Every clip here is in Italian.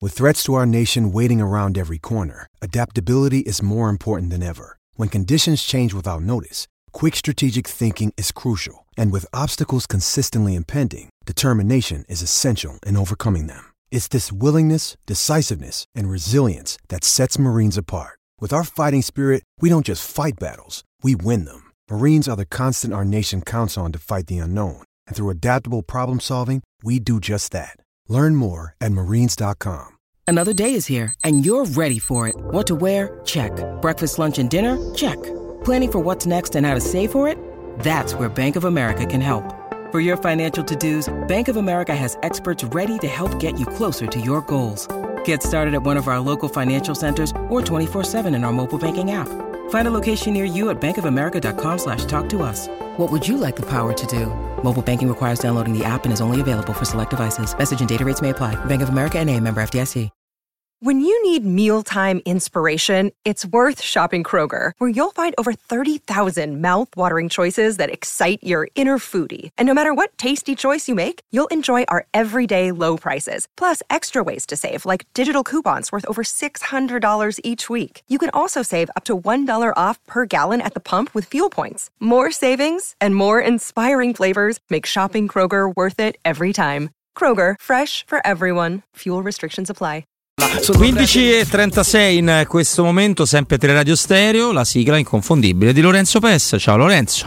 With threats to our nation waiting around every corner, adaptability is more important than ever. When conditions change without notice, quick strategic thinking is crucial. And with obstacles consistently impending, determination is essential in overcoming them. It's this willingness, decisiveness, and resilience that sets Marines apart. With our fighting spirit, we don't just fight battles, we win them. Marines are the constant our nation counts on to fight the unknown. And through adaptable problem solving, we do just that. Learn more at marines.com. Another day is here, and you're ready for it. What to wear? Check. Breakfast, lunch, and dinner? Check. Planning for what's next and how to save for it? That's where Bank of America can help. For your financial to-dos, Bank of America has experts ready to help get you closer to your goals. Get started at one of our local financial centers or 24/7 in our mobile banking app. Find a location near you at bankofamerica.com/talktous. What would you like the power to do? Mobile banking requires downloading the app and is only available for select devices. Message and data rates may apply. Bank of America N.A., member FDIC. When you need mealtime inspiration, it's worth shopping Kroger, where you'll find over 30,000 mouth-watering choices that excite your inner foodie. And no matter what tasty choice you make, you'll enjoy our everyday low prices, plus extra ways to save, like digital coupons worth over $600 each week. You can also save up to $1 off per gallon at the pump with fuel points. More savings and more inspiring flavors make shopping Kroger worth it every time. Kroger, fresh for everyone. Fuel restrictions apply. 15:36 in questo momento, sempre Teleradio Stereo, la sigla inconfondibile di Lorenzo Pes. Ciao Lorenzo.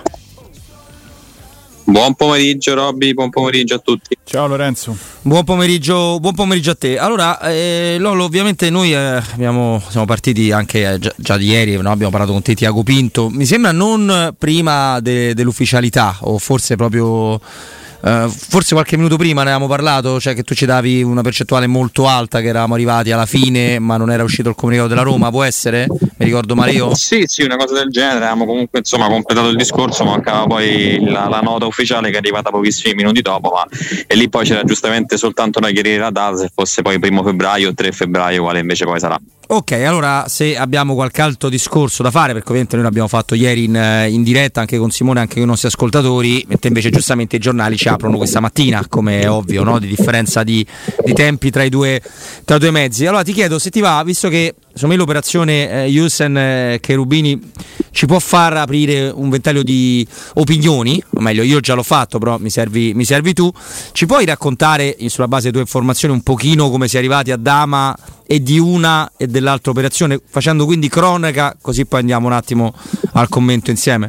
Buon pomeriggio Robby, buon pomeriggio a tutti. Ciao Lorenzo. Buon pomeriggio a te. Allora, Lolo, ovviamente noi siamo partiti anche già di ieri, no? Abbiamo parlato con te, Tiago Pinto, mi sembra non prima dell'ufficialità, o forse proprio... forse qualche minuto prima ne avevamo parlato, cioè che tu ci davi una percentuale molto alta che eravamo arrivati alla fine ma non era uscito il comunicato della Roma, può essere? Mi ricordo male io? Sì, una cosa del genere, avevamo comunque completato il discorso, mancava poi la nota ufficiale che è arrivata pochissimi minuti dopo, e lì poi c'era giustamente soltanto da chiarire la data, se fosse poi 1 febbraio o 3 febbraio, quale invece poi sarà. Ok, allora se abbiamo qualche altro discorso da fare, perché ovviamente noi l'abbiamo fatto ieri in diretta anche con Simone, anche con i nostri ascoltatori, mentre invece giustamente i giornali ci aprono questa mattina, come è ovvio, no? Di differenza di tempi tra i due mezzi. Allora ti chiedo se ti va, visto che insomma l'operazione Jussen Cherubini ci può far aprire un ventaglio di opinioni, o meglio io già l'ho fatto, però mi servi tu, ci puoi raccontare sulla base delle tue informazioni un pochino come si è arrivati a Dama e di una e dell'altra operazione, facendo quindi cronaca, così poi andiamo un attimo al commento insieme?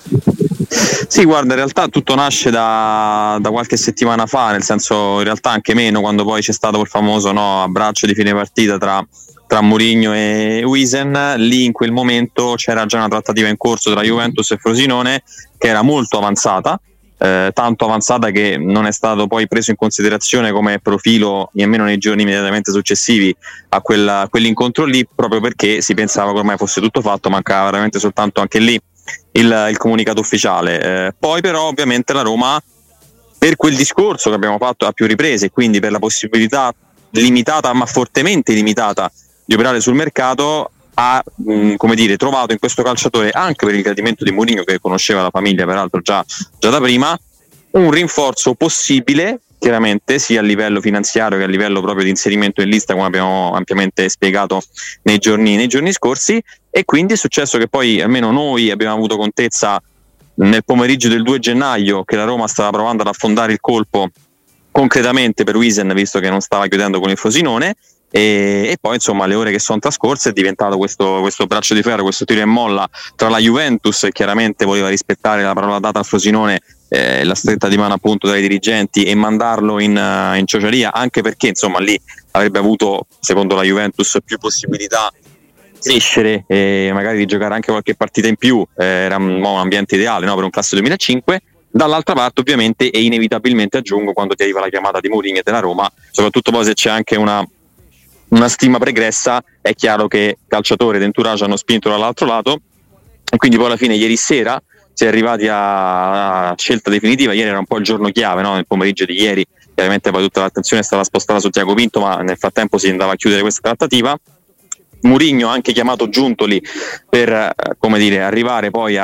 Sì, guarda, in realtà tutto nasce da qualche settimana fa, nel senso in realtà anche meno, quando poi c'è stato quel famoso abbraccio di fine partita tra Mourinho e Huijsen. Lì in quel momento c'era già una trattativa in corso tra Juventus e Frosinone che era molto avanzata, tanto avanzata che non è stato poi preso in considerazione come profilo nemmeno nei giorni immediatamente successivi a quell'incontro lì, proprio perché si pensava che ormai fosse tutto fatto, mancava veramente soltanto anche lì il comunicato ufficiale. Poi però ovviamente la Roma, per quel discorso che abbiamo fatto a più riprese, quindi per la possibilità limitata ma fortemente limitata di operare sul mercato, ha trovato in questo calciatore, anche per il gradimento di Mourinho che conosceva la famiglia peraltro già da prima, un rinforzo possibile, chiaramente sia a livello finanziario che a livello proprio di inserimento in lista, come abbiamo ampiamente spiegato nei giorni scorsi. E quindi è successo che poi almeno noi abbiamo avuto contezza nel pomeriggio del 2 gennaio che la Roma stava provando ad affondare il colpo concretamente per Huijsen, visto che non stava chiudendo con il Frosinone, e poi insomma le ore che sono trascorse è diventato questo braccio di ferro, questo tiro e molla tra la Juventus, che chiaramente voleva rispettare la parola data al Frosinone, la stretta di mano appunto dai dirigenti, e mandarlo in ciociaria, anche perché insomma lì avrebbe avuto, secondo la Juventus, più possibilità di crescere e magari di giocare anche qualche partita in più. Era un ambiente ideale, no, per un classe 2005. Dall'altra parte ovviamente, e inevitabilmente aggiungo, quando ti arriva la chiamata di Mourinho e della Roma, soprattutto poi se c'è anche una stima pregressa, è chiaro che calciatore ed entourage hanno spinto dall'altro lato, e quindi poi alla fine ieri sera si è arrivati a scelta definitiva. Ieri era un po' il giorno chiave, no? Nel pomeriggio di ieri chiaramente poi tutta l'attenzione è stata spostata su Tiago Pinto, ma nel frattempo si andava a chiudere questa trattativa. Mourinho ha anche chiamato Giuntoli per come dire, arrivare poi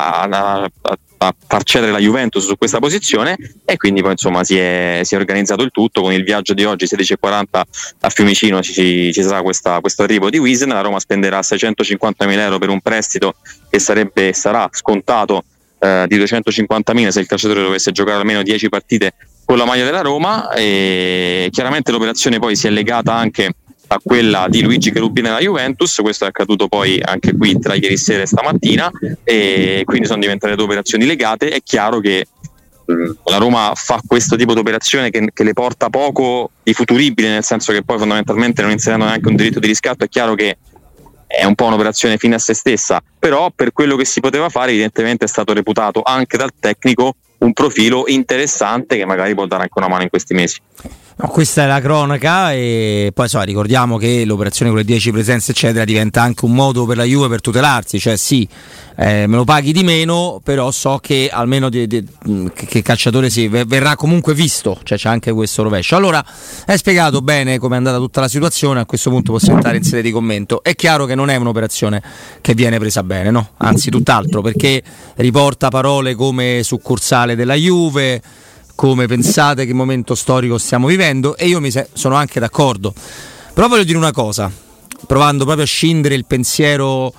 a far cedere la Juventus su questa posizione, e quindi poi insomma si è organizzato il tutto. Con il viaggio di oggi 16:40 a Fiumicino ci sarà questo arrivo di Wisner. La Roma spenderà 650.000 euro per un prestito che sarà scontato di 250.000 se il calciatore dovesse giocare almeno 10 partite con la maglia della Roma, e chiaramente l'operazione poi si è legata anche a quella di Luigi Cherubini nella Juventus. Questo è accaduto poi anche qui tra ieri sera e stamattina, e quindi sono diventate due operazioni legate. È chiaro che la Roma fa questo tipo di operazione che le porta poco di futuribile, nel senso che poi fondamentalmente non inserendo neanche un diritto di riscatto. È chiaro che è un po' un'operazione fine a se stessa, però per quello che si poteva fare evidentemente è stato reputato anche dal tecnico un profilo interessante che magari può dare anche una mano in questi mesi. No, questa è la cronaca, e poi ricordiamo che l'operazione con le 10 presenze eccetera diventa anche un modo per la Juve per tutelarsi, cioè sì, me lo paghi di meno, però so che almeno che calciatore verrà comunque visto, cioè c'è anche questo rovescio. Allora, hai spiegato bene come è andata tutta la situazione, a questo punto possiamo entrare in sede di commento. È chiaro che non è un'operazione che viene presa bene, no? Anzi, tutt'altro, perché riporta parole come succursale della Juve, come pensate che momento storico stiamo vivendo, e io sono anche d'accordo. Però voglio dire una cosa, provando proprio a scindere il pensiero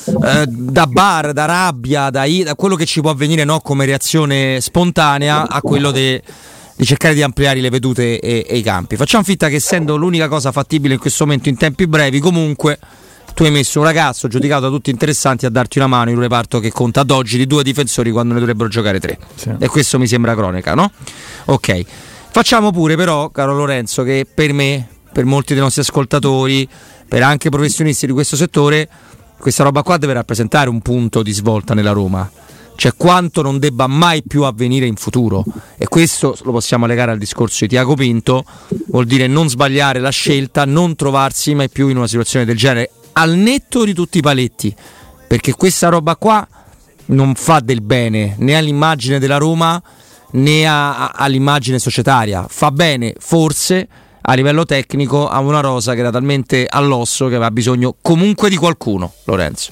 da bar, da rabbia, da quello che ci può avvenire, no, come reazione spontanea, a quello di cercare di ampliare le vedute e i campi. Facciamo finta che, essendo l'unica cosa fattibile in questo momento in tempi brevi, comunque tu hai messo un ragazzo giudicato da tutti interessanti a darti una mano in un reparto che conta ad oggi di 2 difensori quando ne dovrebbero giocare 3. Sì. E questo mi sembra cronaca, no? Ok. Facciamo pure però, caro Lorenzo, che per me, per molti dei nostri ascoltatori, per anche professionisti di questo settore, questa roba qua deve rappresentare un punto di svolta nella Roma. Cioè quanto non debba mai più avvenire in futuro, e questo lo possiamo legare al discorso di Tiago Pinto, vuol dire non sbagliare la scelta, non trovarsi mai più in una situazione del genere, al netto di tutti i paletti, perché questa roba qua non fa del bene né all'immagine della Roma né all'immagine societaria. Fa bene forse a livello tecnico a una rosa che era talmente all'osso che aveva bisogno comunque di qualcuno, Lorenzo.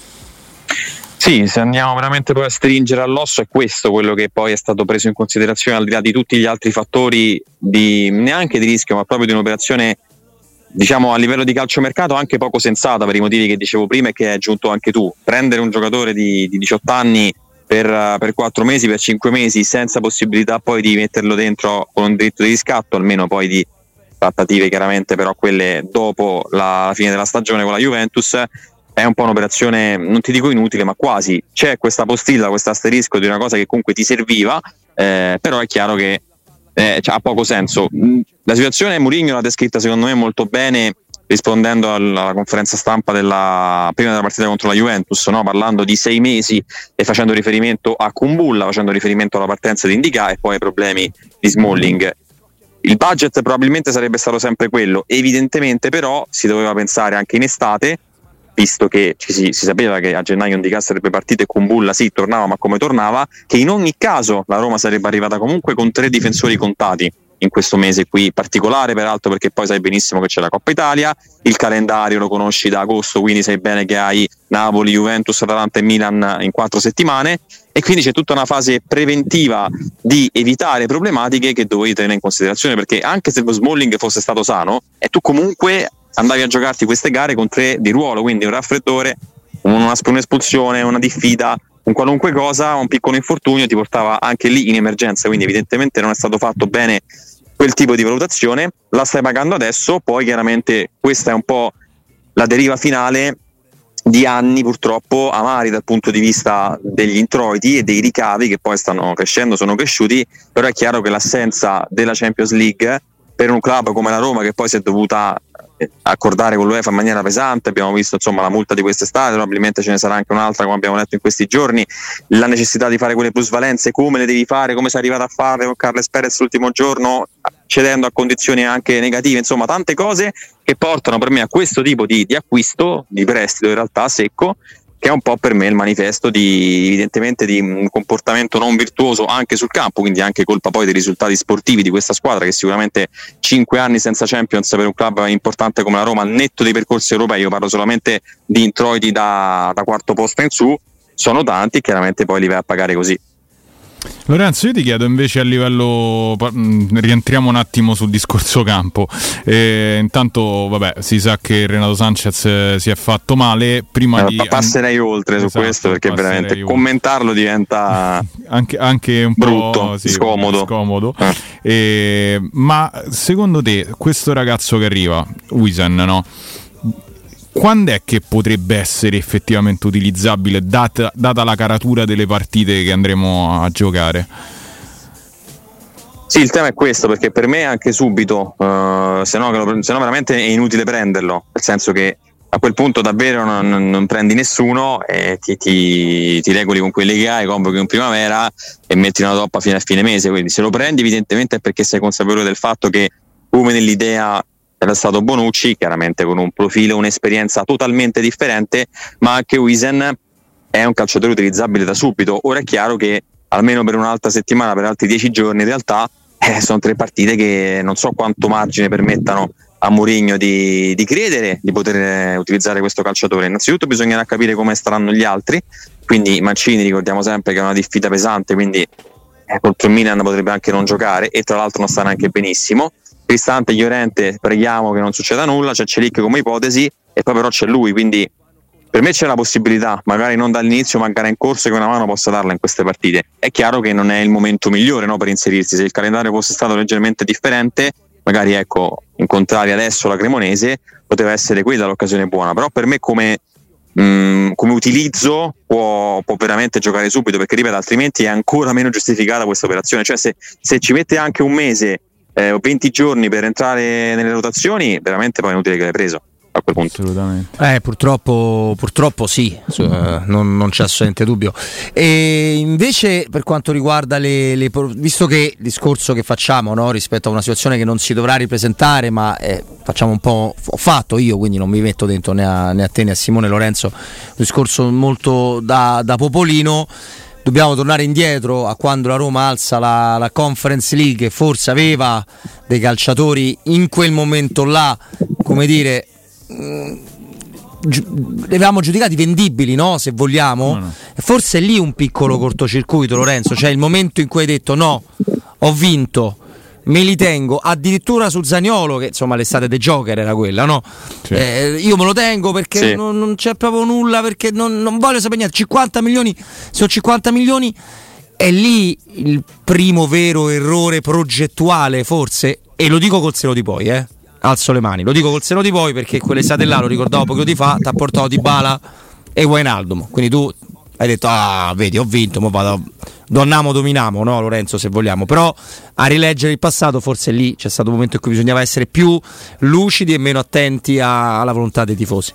Sì, se andiamo veramente poi a stringere all'osso, è questo quello che poi è stato preso in considerazione, al di là di tutti gli altri fattori neanche di rischio, ma proprio di un'operazione, diciamo, a livello di calciomercato anche poco sensata, per i motivi che dicevo prima e che hai aggiunto anche tu. Prendere un giocatore di 18 anni per 4 mesi, per 5 mesi, senza possibilità poi di metterlo dentro con un diritto di riscatto, almeno poi di trattative chiaramente, però quelle dopo la fine della stagione con la Juventus, è un po' un'operazione, non ti dico inutile, ma quasi. C'è questa postilla, questo asterisco di una cosa che comunque ti serviva, però è chiaro che ha poco senso. La situazione Mourinho l'ha descritta secondo me molto bene rispondendo alla conferenza stampa prima della partita contro la Juventus, no? Parlando di 6 mesi e facendo riferimento a Kumbulla, facendo riferimento alla partenza di Ndicà e poi ai problemi di Smalling. Il budget probabilmente sarebbe stato sempre quello, evidentemente però si doveva pensare anche in estate, visto che si sapeva che a gennaio Ndicà sarebbe partito e Kumbulla sì tornava, ma come tornava, che in ogni caso la Roma sarebbe arrivata comunque con 3 difensori contati in questo mese qui particolare, peraltro, perché poi sai benissimo che c'è la Coppa Italia, il calendario lo conosci da agosto, quindi sai bene che hai Napoli, Juventus, Atalanta e Milan in 4 settimane, e quindi c'è tutta una fase preventiva di evitare problematiche che dovevi tenere in considerazione, perché anche se Smalling fosse stato sano, e tu comunque andavi a giocarti queste gare con 3 di ruolo, quindi un raffreddore, un'espulsione, una diffida, un qualunque cosa, un piccolo infortunio ti portava anche lì in emergenza, quindi evidentemente non è stato fatto bene quel tipo di valutazione. La stai pagando adesso, poi chiaramente questa è un po' la deriva finale di anni purtroppo amari dal punto di vista degli introiti e dei ricavi che poi stanno crescendo, sono cresciuti, però è chiaro che l'assenza della Champions League per un club come la Roma, che poi si è dovuta accordare con l'UEFA in maniera pesante, abbiamo visto insomma la multa di quest'estate, probabilmente ce ne sarà anche un'altra come abbiamo letto in questi giorni, la necessità di fare quelle plusvalenze, come le devi fare, come sei arrivato a fare con Carles Perez l'ultimo giorno, cedendo a condizioni anche negative, insomma tante cose che portano per me a questo tipo di acquisto, di prestito in realtà secco, che è un po' per me il manifesto evidentemente di un comportamento non virtuoso anche sul campo, quindi anche colpa poi dei risultati sportivi di questa squadra, che sicuramente 5 anni senza Champions per un club importante come la Roma, al netto dei percorsi europei, io parlo solamente di introiti da quarto posto in su, sono tanti e chiaramente poi li vai a pagare così. Lorenzo, io ti chiedo invece a livello, rientriamo un attimo sul discorso campo. Intanto vabbè, si sa che Renato Sanchez si è fatto male. Passerei oltre su questo, perché veramente commentarlo diventa anche un brutto, po' scomodo. Ma secondo te questo ragazzo che arriva, Huijsen, no? Quando è che potrebbe essere effettivamente utilizzabile, data la caratura delle partite che andremo a giocare? Sì, il tema è questo, perché per me anche subito, se no veramente è inutile prenderlo, nel senso che a quel punto davvero non prendi nessuno e ti regoli con quelli che hai, convochi in primavera e metti una toppa fino a fine mese. Quindi se lo prendi evidentemente è perché sei consapevole del fatto che, come nell'idea era stato Bonucci, chiaramente con un profilo, un'esperienza totalmente differente, ma anche Huijsen è un calciatore utilizzabile da subito. Ora è chiaro che almeno per un'altra settimana, per altri 10 giorni in realtà sono 3 partite che non so quanto margine permettano a Mourinho di credere di poter utilizzare questo calciatore. Innanzitutto bisognerà capire come staranno gli altri, quindi Mancini ricordiamo sempre che è una diffida pesante, quindi contro il Milan potrebbe anche non giocare e tra l'altro non sta neanche benissimo. Cristante, Llorente, preghiamo che non succeda nulla, c'è Celic come ipotesi e poi però c'è lui, quindi per me c'è la possibilità, magari non dall'inizio, ma gara in corso, che una mano possa darla in queste partite. È chiaro che non è il momento migliore, no, per inserirsi. Se il calendario fosse stato leggermente differente, magari incontrare adesso la Cremonese, poteva essere quella l'occasione buona, però per me come utilizzo può veramente giocare subito, perché ripeto, altrimenti è ancora meno giustificata questa operazione. Cioè se ci mette anche un mese o 20 giorni per entrare nelle rotazioni, veramente poi è inutile che l'hai preso a quel punto. Assolutamente. Purtroppo sì, non c'è assolutamente dubbio. E invece per quanto riguarda visto che il discorso che facciamo, no, rispetto a una situazione che non si dovrà ripresentare, ma facciamo un po', ho fatto io, quindi non mi metto dentro né a te né a Simone, Lorenzo, un discorso molto da popolino. Dobbiamo tornare indietro a quando la Roma alza la Conference League, forse aveva dei calciatori in quel momento là, come dire, li avevamo giudicati vendibili, no? Se vogliamo, no. Forse è lì un piccolo cortocircuito, Lorenzo, cioè il momento in cui hai detto no, ho vinto, me li tengo, addirittura sul Zaniolo, che insomma l'estate dei Joker era quella, no? Sì. Io me lo tengo perché sì. non c'è proprio nulla, perché non voglio sapere niente. 50 milioni, sono 50 milioni, è lì il primo vero errore progettuale, forse, e lo dico col seno di poi, alzo le mani, lo dico col seno di poi, perché quell'estate là, lo ricordavo poco di fa, ti ha portato Dybala e Wijnaldum, quindi tu hai detto vedi, ho vinto, mo vado, donnamo dominamo, no, Lorenzo, se vogliamo. Però a rileggere il passato, forse lì c'è stato un momento in cui bisognava essere più lucidi e meno attenti alla volontà dei tifosi.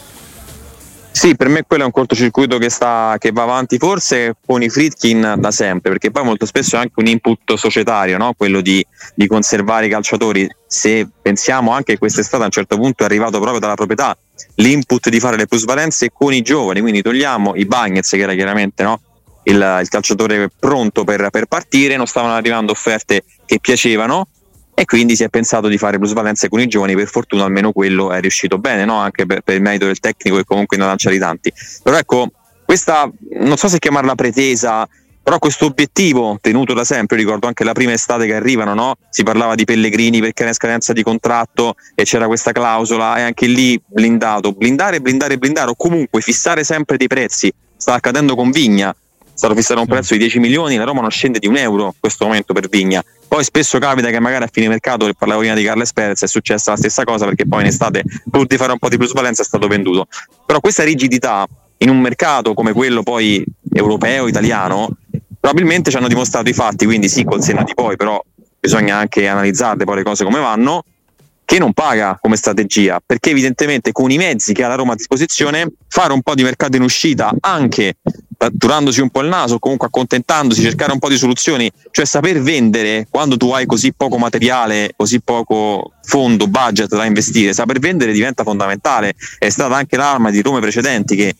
Sì, per me quello è un cortocircuito che va avanti forse con i Friedkin da sempre, perché poi molto spesso è anche un input societario, no? Quello di conservare i calciatori. Se pensiamo anche che quest'estate a un certo punto è arrivato proprio dalla proprietà l'input di fare le plusvalenze con i giovani, quindi togliamo i Bagnez, che era chiaramente, no, il calciatore pronto per partire, non stavano arrivando offerte che piacevano e quindi si è pensato di fare plusvalenze con i giovani. Per fortuna almeno quello è riuscito bene, no? Anche per il merito del tecnico, che comunque ne lancia di tanti. Però ecco, questa, non so se chiamarla pretesa, però questo obiettivo tenuto da sempre, ricordo anche la prima estate che arrivano, no? Si parlava di Pellegrini perché era in scadenza di contratto e c'era questa clausola, e anche lì blindare o comunque fissare sempre dei prezzi. Sta accadendo con Vigna, stato fissato un prezzo di 10 milioni, la Roma non scende di €1 in questo momento per Vigna. Poi spesso capita che magari a fine mercato, che parlavo prima di Carles Perez, è successa la stessa cosa, perché poi in estate, pur di fare un po' di plusvalenza, è stato venduto. Però questa rigidità in un mercato come quello poi europeo, italiano, probabilmente ci hanno dimostrato i fatti, quindi sì, col senno di poi, però bisogna anche analizzarle poi le cose come vanno, che non paga come strategia, perché evidentemente con i mezzi che ha la Roma a disposizione, fare un po' di mercato in uscita, anche turandosi un po' il naso, comunque accontentandosi, cercare un po' di soluzioni, cioè saper vendere quando tu hai così poco materiale, così poco fondo, budget da investire, saper vendere diventa fondamentale. È stata anche l'arma di Rome precedenti, che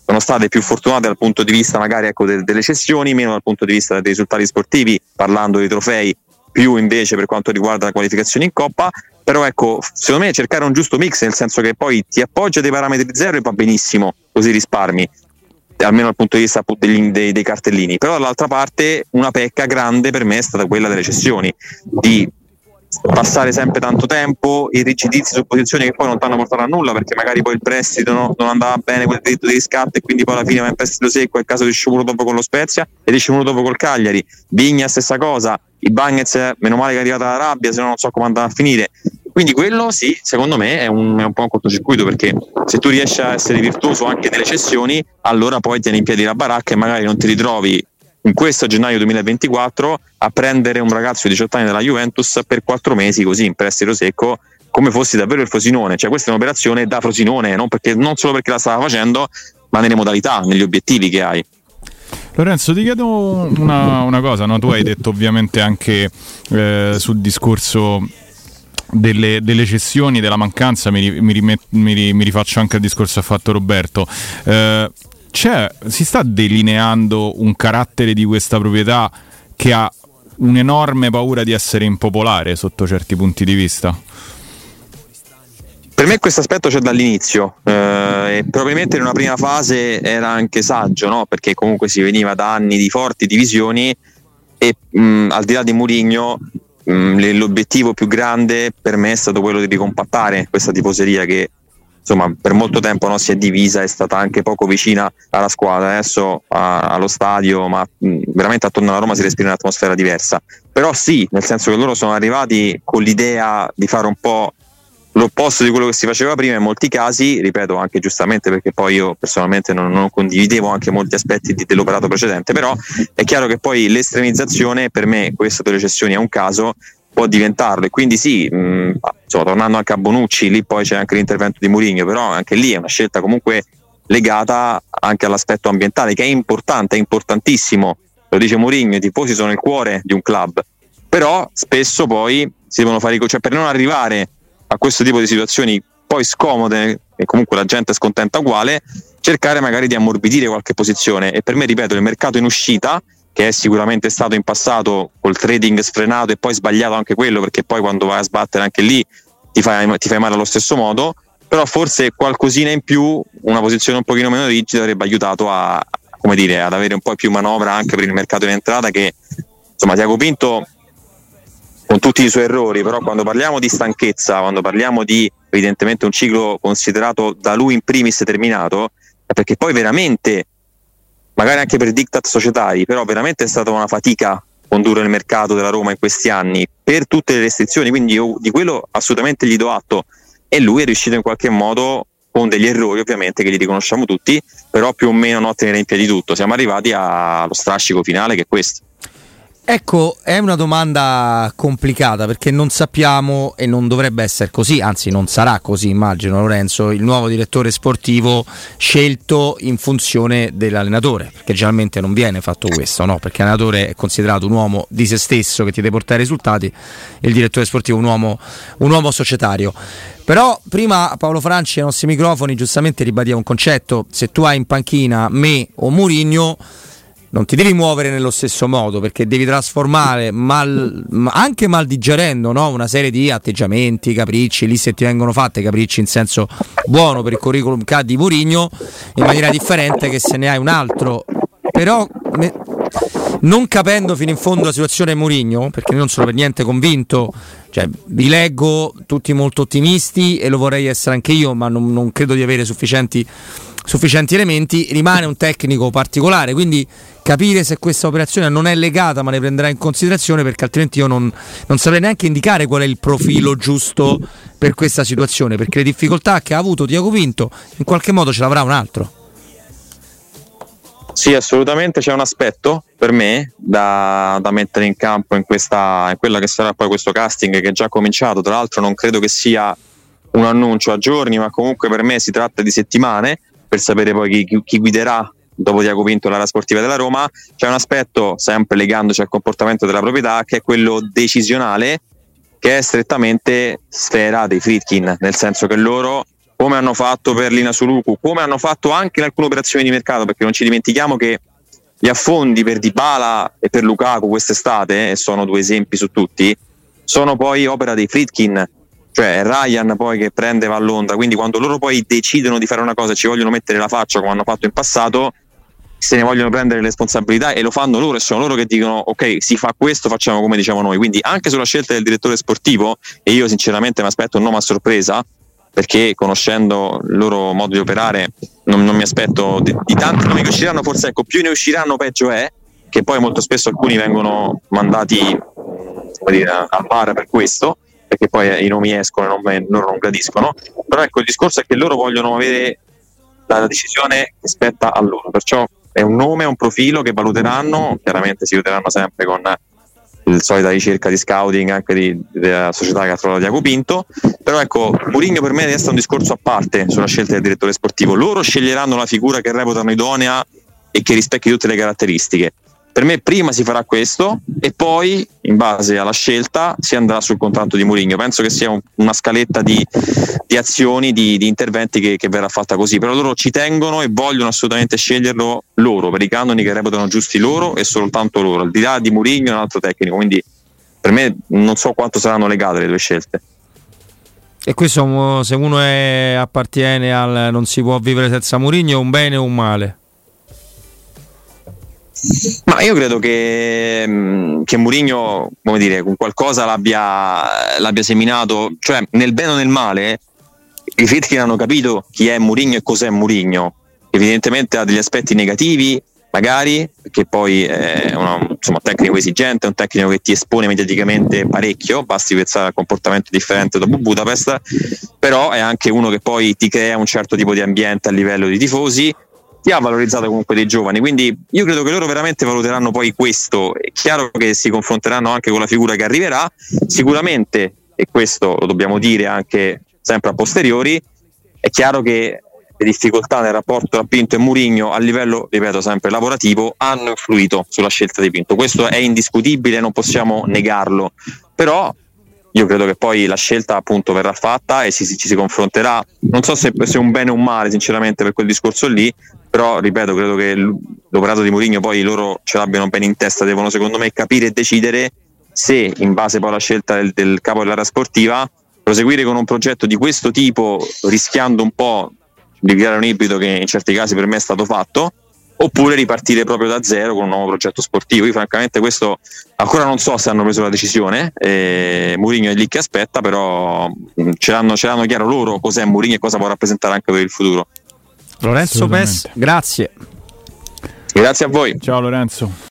sono state più fortunate dal punto di vista magari delle cessioni, meno dal punto di vista dei risultati sportivi, parlando dei trofei, più invece per quanto riguarda la qualificazione in Coppa. Però ecco, secondo me cercare un giusto mix, nel senso che poi ti appoggia dei parametri zero e va benissimo, così risparmi, almeno dal punto di vista dei cartellini. Però dall'altra parte una pecca grande per me è stata quella delle cessioni, di passare sempre tanto tempo, irrigidirsi su posizioni che poi non ti hanno portato a nulla, perché magari poi il prestito non andava bene, quel diritto di riscatto, e quindi poi alla fine va in prestito secco. È il caso di Sciumulo dopo con lo Spezia e di Sciumulo dopo col Cagliari. Vigna stessa cosa, i Bagnets meno male che è arrivata la rabbia, se no non so come andava a finire. Quindi quello sì, secondo me è un po' un cortocircuito, perché se tu riesci a essere virtuoso anche nelle cessioni, allora poi tieni in piedi la baracca e magari non ti ritrovi in questo gennaio 2024 a prendere un ragazzo di 18 anni della Juventus per 4 mesi così in prestito secco, come fossi davvero il Frosinone. Cioè questa è un'operazione da Frosinone, non solo perché la stava facendo, ma nelle modalità, negli obiettivi che hai. Lorenzo, ti chiedo una cosa, no? Tu hai detto ovviamente anche sul discorso delle cessioni, della mancanza, mi rifaccio anche al discorso che ha fatto Roberto. Si sta delineando un carattere di questa proprietà che ha un'enorme paura di essere impopolare sotto certi punti di vista? Per me questo aspetto c'è dall'inizio, e probabilmente in una prima fase era anche saggio, no? Perché comunque si veniva da anni di forti divisioni e al di là di Mourinho l'obiettivo più grande per me è stato quello di ricompattare questa tifoseria che insomma per molto tempo si è divisa, è stata anche poco vicina alla squadra. Adesso allo stadio, ma veramente attorno alla Roma si respira un'atmosfera diversa. Però sì, nel senso che loro sono arrivati con l'idea di fare un po' l'opposto di quello che si faceva prima in molti casi, ripeto anche giustamente, perché poi io personalmente non condividevo anche molti aspetti dell'operato precedente. Però è chiaro che poi l'estremizzazione, per me questo delle cessioni è un caso, può diventarlo, e quindi sì, insomma, tornando anche a Bonucci, lì poi c'è anche l'intervento di Mourinho, però anche lì è una scelta comunque legata anche all'aspetto ambientale, che è importante, è importantissimo. Lo dice Mourinho, i tifosi sono il cuore di un club, però spesso poi si devono fare cioè per non arrivare a questo tipo di situazioni poi scomode e comunque la gente è scontenta uguale, cercare magari di ammorbidire qualche posizione. E per me, ripeto, il mercato in uscita, che è sicuramente stato in passato col trading sfrenato e poi sbagliato anche quello, perché poi quando vai a sbattere anche lì ti fai male allo stesso modo, però forse qualcosina in più, una posizione un pochino meno rigida avrebbe aiutato ad avere un po' più manovra anche per il mercato in entrata, che insomma Tiago Pinto, con tutti i suoi errori, però quando parliamo di stanchezza, quando parliamo di evidentemente un ciclo considerato da lui in primis terminato, è perché poi veramente, magari anche per diktat societari, però veramente è stata una fatica condurre il mercato della Roma in questi anni per tutte le restrizioni, quindi io di quello assolutamente gli do atto, e lui è riuscito in qualche modo, con degli errori ovviamente che li riconosciamo tutti, però più o meno a tenere in piedi tutto. Siamo arrivati allo strascico finale, che è questo. Ecco, è una domanda complicata, perché non sappiamo, e non dovrebbe essere così, anzi non sarà così, immagino, Lorenzo, il nuovo direttore sportivo scelto in funzione dell'allenatore, perché generalmente non viene fatto questo, no? Perché l'allenatore è considerato un uomo di se stesso che ti deve portare ai risultati, e il direttore sportivo un uomo societario. Però prima Paolo Franci ai nostri microfoni giustamente ribadiva un concetto: se tu hai in panchina me o Mourinho non ti devi muovere nello stesso modo, perché devi trasformare anche mal digerendo, no? Una serie di atteggiamenti, capricci, lì se ti vengono fatte capricci in senso buono per il curriculum di Mourinho, in maniera differente che se ne hai un altro. Però non capendo fino in fondo la situazione Mourinho, perché non sono per niente convinto, cioè vi leggo tutti molto ottimisti e lo vorrei essere anche io, ma non credo di avere sufficienti elementi. Rimane un tecnico particolare, quindi capire se questa operazione non è legata ma ne prenderà in considerazione, perché altrimenti io non saprei neanche indicare qual è il profilo giusto per questa situazione, perché le difficoltà che ha avuto Tiago Pinto in qualche modo ce l'avrà un altro. Sì, assolutamente c'è un aspetto per me da mettere in campo in quella che sarà poi questo casting, che è già cominciato. Tra l'altro non credo che sia un annuncio a giorni, ma comunque per me si tratta di settimane per sapere poi chi guiderà dopo Tiago Pinto l'area sportiva della Roma. C'è un aspetto, sempre legandoci al comportamento della proprietà, che è quello decisionale, che è strettamente sfera dei Friedkin, nel senso che loro come hanno fatto per Lina Suluku, come hanno fatto anche in alcune operazioni di mercato, perché non ci dimentichiamo che gli affondi per Dybala e per Lukaku quest'estate, e sono 2 esempi su tutti, sono poi opera dei Friedkin, cioè Ryan poi che prende va a Londra, quindi quando loro poi decidono di fare una cosa e ci vogliono mettere la faccia come hanno fatto in passato, se ne vogliono prendere le responsabilità e lo fanno loro, e sono loro che dicono ok, si fa questo, facciamo come diciamo noi. Quindi anche sulla scelta del direttore sportivo, e io sinceramente mi aspetto un nome a sorpresa, perché conoscendo il loro modo di operare non mi aspetto di tanti nomi che usciranno, forse ecco, più ne usciranno peggio è, che poi molto spesso alcuni vengono mandati, come dire, al bar per questo, perché poi i nomi escono e loro non gradiscono. Però ecco, il discorso è che loro vogliono avere la decisione che spetta a loro, perciò è un nome, un profilo che valuteranno, chiaramente si aiuteranno sempre con la solita ricerca di scouting anche della società che ha trovato Tiago Pinto. Però ecco, Mourinho per me resta un discorso a parte sulla scelta del direttore sportivo. Loro sceglieranno la figura che reputano idonea e che rispecchi tutte le caratteristiche. Per me prima si farà questo e poi in base alla scelta si andrà sul contratto di Mourinho. Penso che sia una scaletta di azioni, di interventi che verrà fatta così, però loro ci tengono e vogliono assolutamente sceglierlo loro, per i canoni che reputano giusti loro e soltanto loro, al di là di Mourinho e un altro tecnico. Quindi per me non so quanto saranno legate le 2 scelte. E questo, se uno appartiene al non si può vivere senza Mourinho, è un bene o un male? Ma io credo che Mourinho, come dire, con qualcosa l'abbia seminato, cioè nel bene o nel male i Friedkin hanno capito chi è Mourinho e cos'è Mourinho. Evidentemente ha degli aspetti negativi magari, perché poi è un tecnico esigente, un tecnico che ti espone mediaticamente parecchio, basti pensare al comportamento differente dopo Budapest, però è anche uno che poi ti crea un certo tipo di ambiente a livello di tifosi, ti ha valorizzato comunque dei giovani, quindi io credo che loro veramente valuteranno poi questo. È chiaro che si confronteranno anche con la figura che arriverà sicuramente, e questo lo dobbiamo dire anche sempre a posteriori, è chiaro che le difficoltà nel rapporto tra Pinto e Mourinho a livello, ripeto sempre, lavorativo hanno influito sulla scelta di Pinto. Questo è indiscutibile, non possiamo negarlo, però io credo che poi la scelta appunto verrà fatta e ci si confronterà. Non so se è un bene o un male sinceramente per quel discorso lì, però ripeto, credo che l'operato di Mourinho poi loro ce l'abbiano bene in testa, devono secondo me capire e decidere se in base poi alla scelta del capo dell'area sportiva proseguire con un progetto di questo tipo, rischiando un po' di creare un ibrido che in certi casi per me è stato fatto, oppure ripartire proprio da zero con un nuovo progetto sportivo. Io francamente questo ancora non so se hanno preso la decisione, Mourinho è lì che aspetta, però ce l'hanno chiaro loro cos'è Mourinho e cosa può rappresentare anche per il futuro. Lorenzo Pes, grazie a voi. Ciao Lorenzo.